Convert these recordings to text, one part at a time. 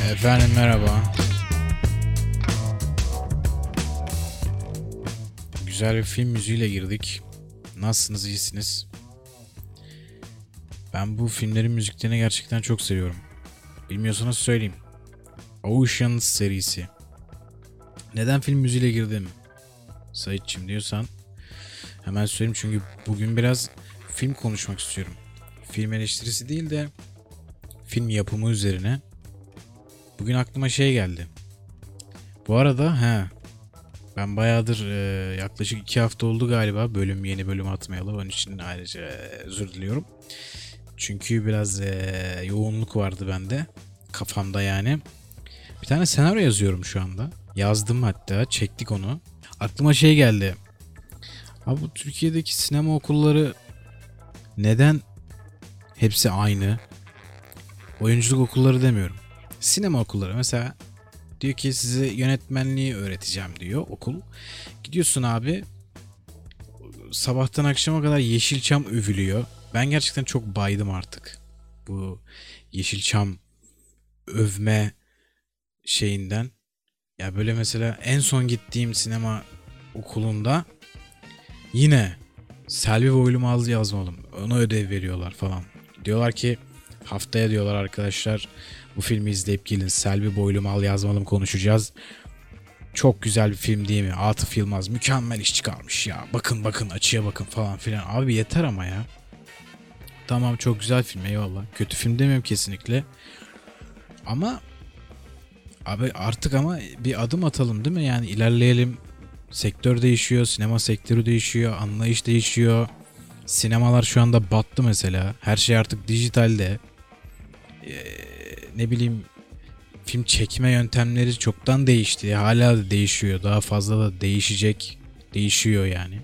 Efendim merhaba. Güzel bir film müziğiyle girdik. Nasılsınız, iyisiniz? Ben bu filmlerin müziklerini gerçekten çok seviyorum. Bilmiyorsanız söyleyeyim. Oceans serisi. Neden film müziğiyle girdim Saitçim diyorsan hemen söyleyeyim, çünkü bugün biraz film konuşmak istiyorum. Film eleştirisi değil de film yapımı üzerine. Bugün aklıma şey geldi. Bu arada ben bayağıdır yaklaşık 2 hafta oldu galiba yeni bölüm atmayalı. Onun için ayrıca özür diliyorum. Çünkü biraz yoğunluk vardı bende. Kafamda yani. Bir tane senaryo yazıyorum şu anda. Yazdım, hatta çektik onu. Aklıma şey geldi. Abi bu Türkiye'deki sinema okulları neden hepsi aynı? Oyunculuk okulları demiyorum. Sinema okulları mesela diyor ki size yönetmenliği öğreteceğim diyor okul. Gidiyorsun abi, sabahtan akşama kadar Yeşilçam övülüyor. Ben gerçekten çok baydım artık bu Yeşilçam övme şeyinden. Ya böyle mesela en son gittiğim sinema okulunda yine Selvi Boylum Az yazmalım. Ona ödev veriyorlar falan. Diyorlar ki haftaya diyorlar arkadaşlar bu filmi izleyip gelin, Selvi Boylum Al yazmalım konuşacağız. Çok güzel bir film değil mi? Atıf Yılmaz mükemmel iş çıkarmış ya. Bakın bakın açıya bakın falan filan. Abi yeter ama ya. Tamam, çok güzel film, eyvallah. Kötü film demiyorum kesinlikle. Ama abi artık ama bir adım atalım değil mi? Yani ilerleyelim. Sektör değişiyor, sinema sektörü değişiyor, anlayış değişiyor. Sinemalar şu anda battı mesela. Her şey artık dijitalde. Ne bileyim, film çekme yöntemleri çoktan değişti. Hala da değişiyor. Daha fazla da değişecek. Değişiyor yani.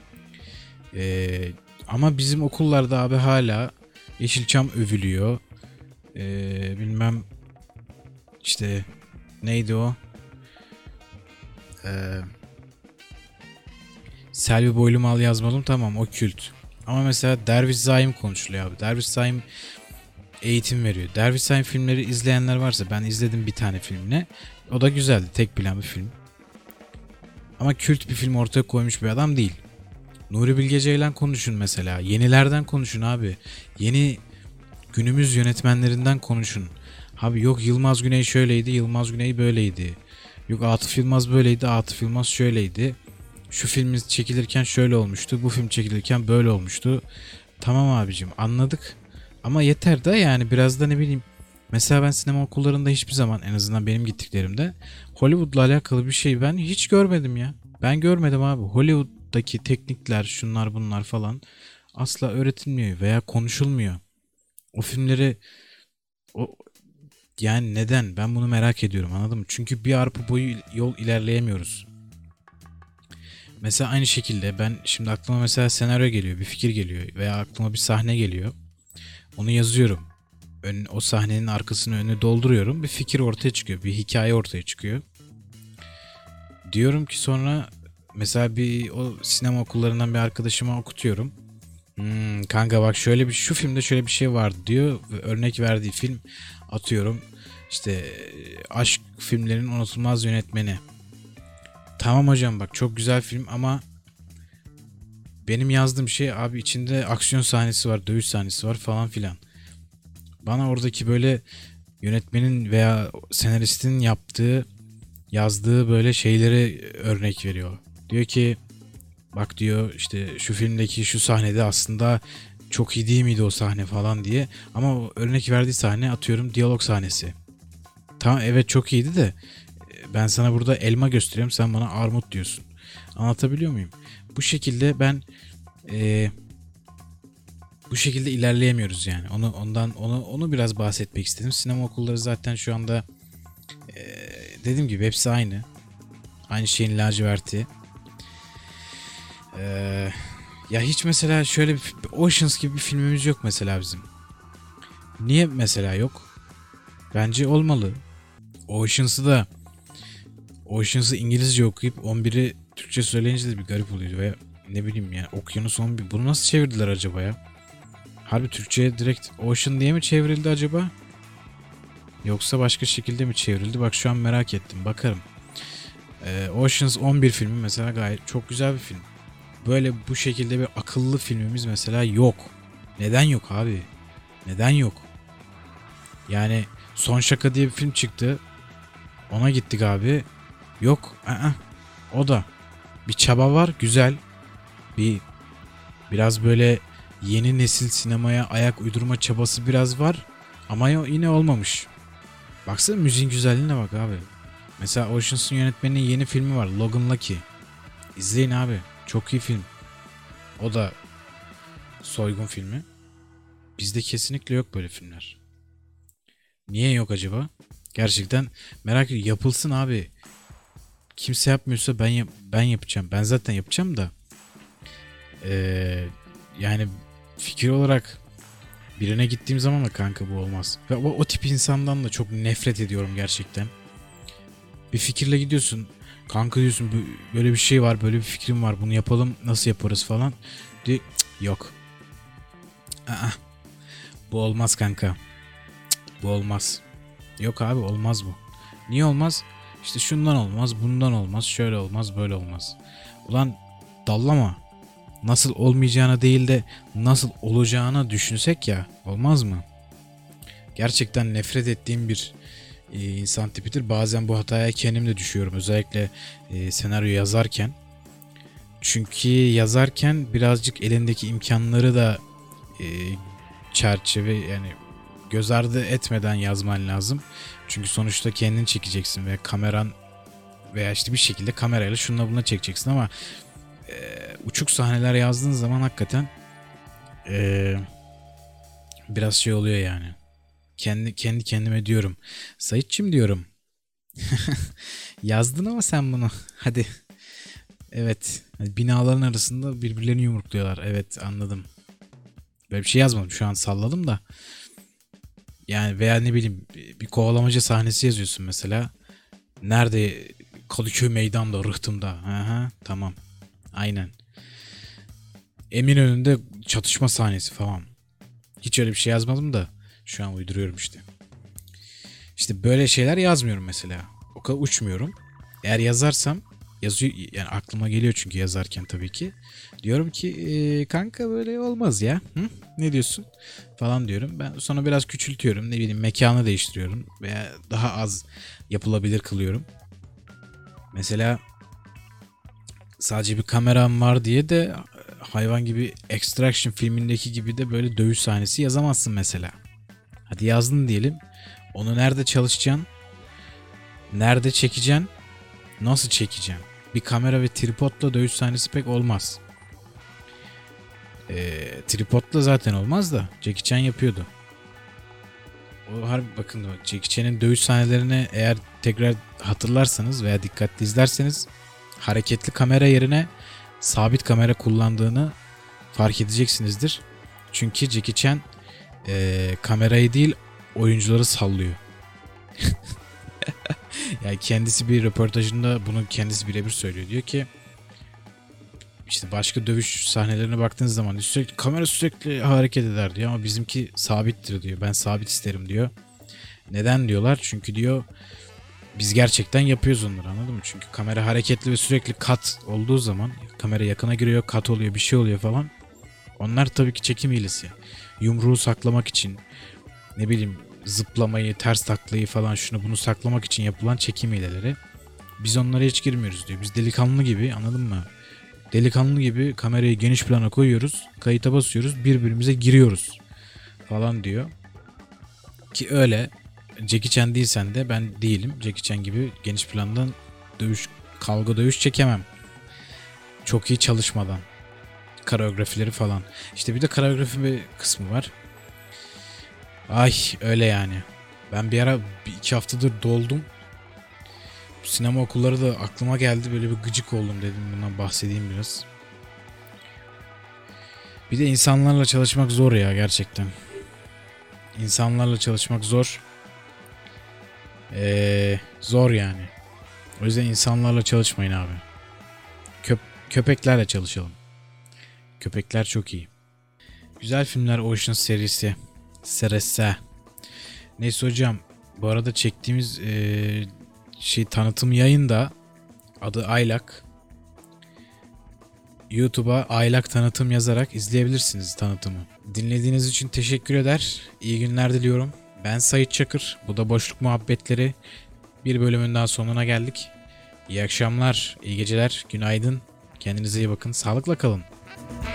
Ama bizim okullarda abi hala Yeşilçam övülüyor. Bilmem işte neydi o? Selvi Boylum Al yazmalım, tamam, o kült. Ama mesela Derviş Zaim konuşuluyor abi. Derviş Zaim eğitim veriyor. Derviş Zaim filmleri izleyenler varsa, ben izledim bir tane filmine. O da güzeldi. Tek plan bir film. Ama kült bir film ortaya koymuş bir adam değil. Nuri Bilge Ceylan konuşun mesela. Yenilerden konuşun abi. Yeni günümüz yönetmenlerinden konuşun. Abi yok Yılmaz Güney şöyleydi, Yılmaz Güney böyleydi. Yok Atıf Yılmaz böyleydi, Atıf Yılmaz şöyleydi. Şu film çekilirken şöyle olmuştu, bu film çekilirken böyle olmuştu. Tamam abicim, anladık. Ama yeter da yani biraz da ne bileyim. Mesela ben sinema okullarında hiçbir zaman, en azından benim gittiklerimde, Hollywood'la alakalı bir şey ben hiç görmedim ya. Ben görmedim abi. Hollywood'daki teknikler, şunlar bunlar falan asla öğretilmiyor veya konuşulmuyor. O filmleri o yani neden? Ben bunu merak ediyorum, anladın mı? Çünkü bir arpa boyu yol ilerleyemiyoruz. Mesela aynı şekilde ben şimdi aklıma mesela senaryo geliyor, bir fikir geliyor veya aklıma bir sahne geliyor. Onu yazıyorum. O sahnenin arkasını önünü dolduruyorum. Bir fikir ortaya çıkıyor. Bir hikaye ortaya çıkıyor. Diyorum ki sonra mesela o sinema okullarından bir arkadaşıma okutuyorum. Kanka bak şöyle şu filmde şöyle bir şey vardı diyor. Örnek verdiği film, atıyorum işte aşk filmlerinin unutulmaz yönetmeni. Tamam hocam bak çok güzel film ama benim yazdığım şey abi içinde aksiyon sahnesi var, dövüş sahnesi var falan filan. Bana oradaki böyle yönetmenin veya senaristin yazdığı böyle şeyleri örnek veriyor. Diyor ki bak diyor işte şu filmdeki şu sahnede aslında çok iyi değil miydi o sahne falan diye. Ama o örnek verdiği sahne, atıyorum, diyalog sahnesi. Tamam evet çok iyiydi de ben sana burada elma gösteriyorum, sen bana armut diyorsun. Anlatabiliyor muyum? Bu şekilde bu şekilde ilerleyemiyoruz yani. Onu biraz bahsetmek istedim. Sinema okulları zaten şu anda dediğim gibi hepsi aynı. Aynı şeyin laciverti. Ya hiç mesela şöyle bir Oceans gibi bir filmimiz yok mesela bizim. Niye mesela yok? Bence olmalı. Oceans'ı İngilizce okuyup 11'i Türkçe söyleyince de bir garip oluyor ve ne bileyim yani Okyanus 11, bunu nasıl çevirdiler acaba ya? Harbi Türkçe'ye direkt Ocean diye mi çevrildi acaba? Yoksa başka şekilde mi çevrildi? Bak şu an merak ettim. Bakarım. Ocean's 11 filmi mesela gayet çok güzel bir film. Böyle bu şekilde bir akıllı filmimiz mesela yok. Neden yok abi? Neden yok? Yani Son Şaka diye bir film çıktı. Ona gittik abi. Yok. O da. Bir çaba var. Güzel. Biraz böyle yeni nesil sinemaya ayak uydurma çabası biraz var. Ama yine olmamış. Baksana müziğin güzelliğine bak abi. Mesela Oceans'ın yönetmeninin yeni filmi var. Logan Lucky. İzleyin abi. Çok iyi film. O da soygun filmi. Bizde kesinlikle yok böyle filmler. Niye yok acaba? Gerçekten merak ediyorum. Yapılsın abi. Kimse yapmıyorsa ben yapacağım. Ben zaten yapacağım da. Yani fikir olarak birine gittiğim zaman da kanka bu olmaz. Ve o tip insandan da çok nefret ediyorum gerçekten. Bir fikirle gidiyorsun. Kanka diyorsun böyle bir şey var, böyle bir fikrim var. Bunu yapalım, nasıl yaparız falan. Diyor, yok. Bu olmaz kanka. Bu olmaz. Yok abi olmaz bu. Niye olmaz? İşte şundan olmaz, bundan olmaz, şöyle olmaz, böyle olmaz. Ulan dallama. Nasıl olmayacağına değil de nasıl olacağına düşünsek ya, olmaz mı? Gerçekten nefret ettiğim bir insan tipidir. Bazen bu hataya kendim de düşüyorum. Özellikle senaryo yazarken. Çünkü yazarken birazcık elindeki imkanları da çerçeve yani göz ardı etmeden yazman lazım. Çünkü sonuçta kendini çekeceksin ve kameran veya işte bir şekilde kamerayla şununla bununla çekeceksin ama uçuk sahneler yazdığın zaman hakikaten biraz şey oluyor yani. Kendi kendime diyorum. Saitçim diyorum. Yazdın ama sen bunu. Hadi. Evet. Binaların arasında birbirlerini yumrukluyorlar. Evet anladım. Böyle bir şey yazmadım. Şu an salladım da. Yani veya ne bileyim bir kovalamaca sahnesi yazıyorsun mesela. Nerede? Kadıköy meydanda, rıhtımda. Aha, tamam. Aynen. Eminönü'nde çatışma sahnesi falan. Hiç öyle bir şey yazmadım da şu an uyduruyorum işte. İşte böyle şeyler yazmıyorum mesela. O kadar uçmuyorum. Eğer yazarsam yazıyor yani aklıma geliyor çünkü yazarken tabii ki. Diyorum ki kanka böyle olmaz ya. Hı? Ne diyorsun? Falan diyorum. Ben sonra biraz küçültüyorum. Ne bileyim mekanı değiştiriyorum veya daha az yapılabilir kılıyorum. Mesela sadece bir kameram var diye de hayvan gibi Extraction filmindeki gibi de böyle dövüş sahnesi yazamazsın mesela. Hadi yazdın diyelim. Onu nerede çalışacaksın? Nerede çekeceksin? Nasıl çekeceksin? Bir kamera ve tripodla dövüş sahnesi pek olmaz. Tripodla zaten olmaz da Jackie Chan yapıyordu. O harbi bakın Jackie Chan'in dövüş sahnelerini eğer tekrar hatırlarsanız veya dikkatli izlerseniz hareketli kamera yerine sabit kamera kullandığını fark edeceksinizdir. Çünkü Jackie Chan kamerayı değil oyuncuları sallıyor. Yani kendisi bir röportajında bunu kendisi birebir söylüyor. Diyor ki işte başka dövüş sahnelerine baktığınız zaman kamera sürekli hareket eder diyor ama bizimki sabittir diyor. Ben sabit isterim diyor. Neden diyorlar? Çünkü diyor biz gerçekten yapıyoruz onları, anladın mı? Çünkü kamera hareketli ve sürekli kat olduğu zaman kamera yakına giriyor, kat oluyor, bir şey oluyor falan. Onlar tabii ki çekim hilesi. Yumruğu saklamak için, ne bileyim zıplamayı, ters taklayı falan şunu bunu saklamak için yapılan çekim hileleri. Biz onlara hiç girmiyoruz diyor. Biz delikanlı gibi, anladın mı? Delikanlı gibi kamerayı geniş plana koyuyoruz, kayıta basıyoruz, birbirimize giriyoruz falan diyor. Ki öyle. Jackie Chan değilsen de ben değilim. Jackie Chan gibi geniş plandan kavga dövüş çekemem. Çok iyi çalışmadan. Koreografileri falan. İşte bir de koreografi bir kısmı var. Ay öyle yani. Ben bir ara 2 haftadır doldum. Sinema okulları da aklıma geldi. Böyle bir gıcık oldum, dedim bundan bahsedeyim biraz. Bir de insanlarla çalışmak zor ya gerçekten. İnsanlarla çalışmak zor. Zor yani. O yüzden insanlarla çalışmayın abi. Köpeklerle çalışalım. Köpekler çok iyi. Güzel filmler Ocean serisi. Neyse hocam. Bu arada çektiğimiz tanıtım yayında adı Aylak. YouTube'a Aylak tanıtım yazarak izleyebilirsiniz tanıtımı. Dinlediğiniz için teşekkür eder. İyi günler diliyorum. Ben Sait Çakır. Bu da Boşluk Muhabbetleri. Bir bölümün daha sonuna geldik. İyi akşamlar, iyi geceler, günaydın. Kendinize iyi bakın. Sağlıkla kalın.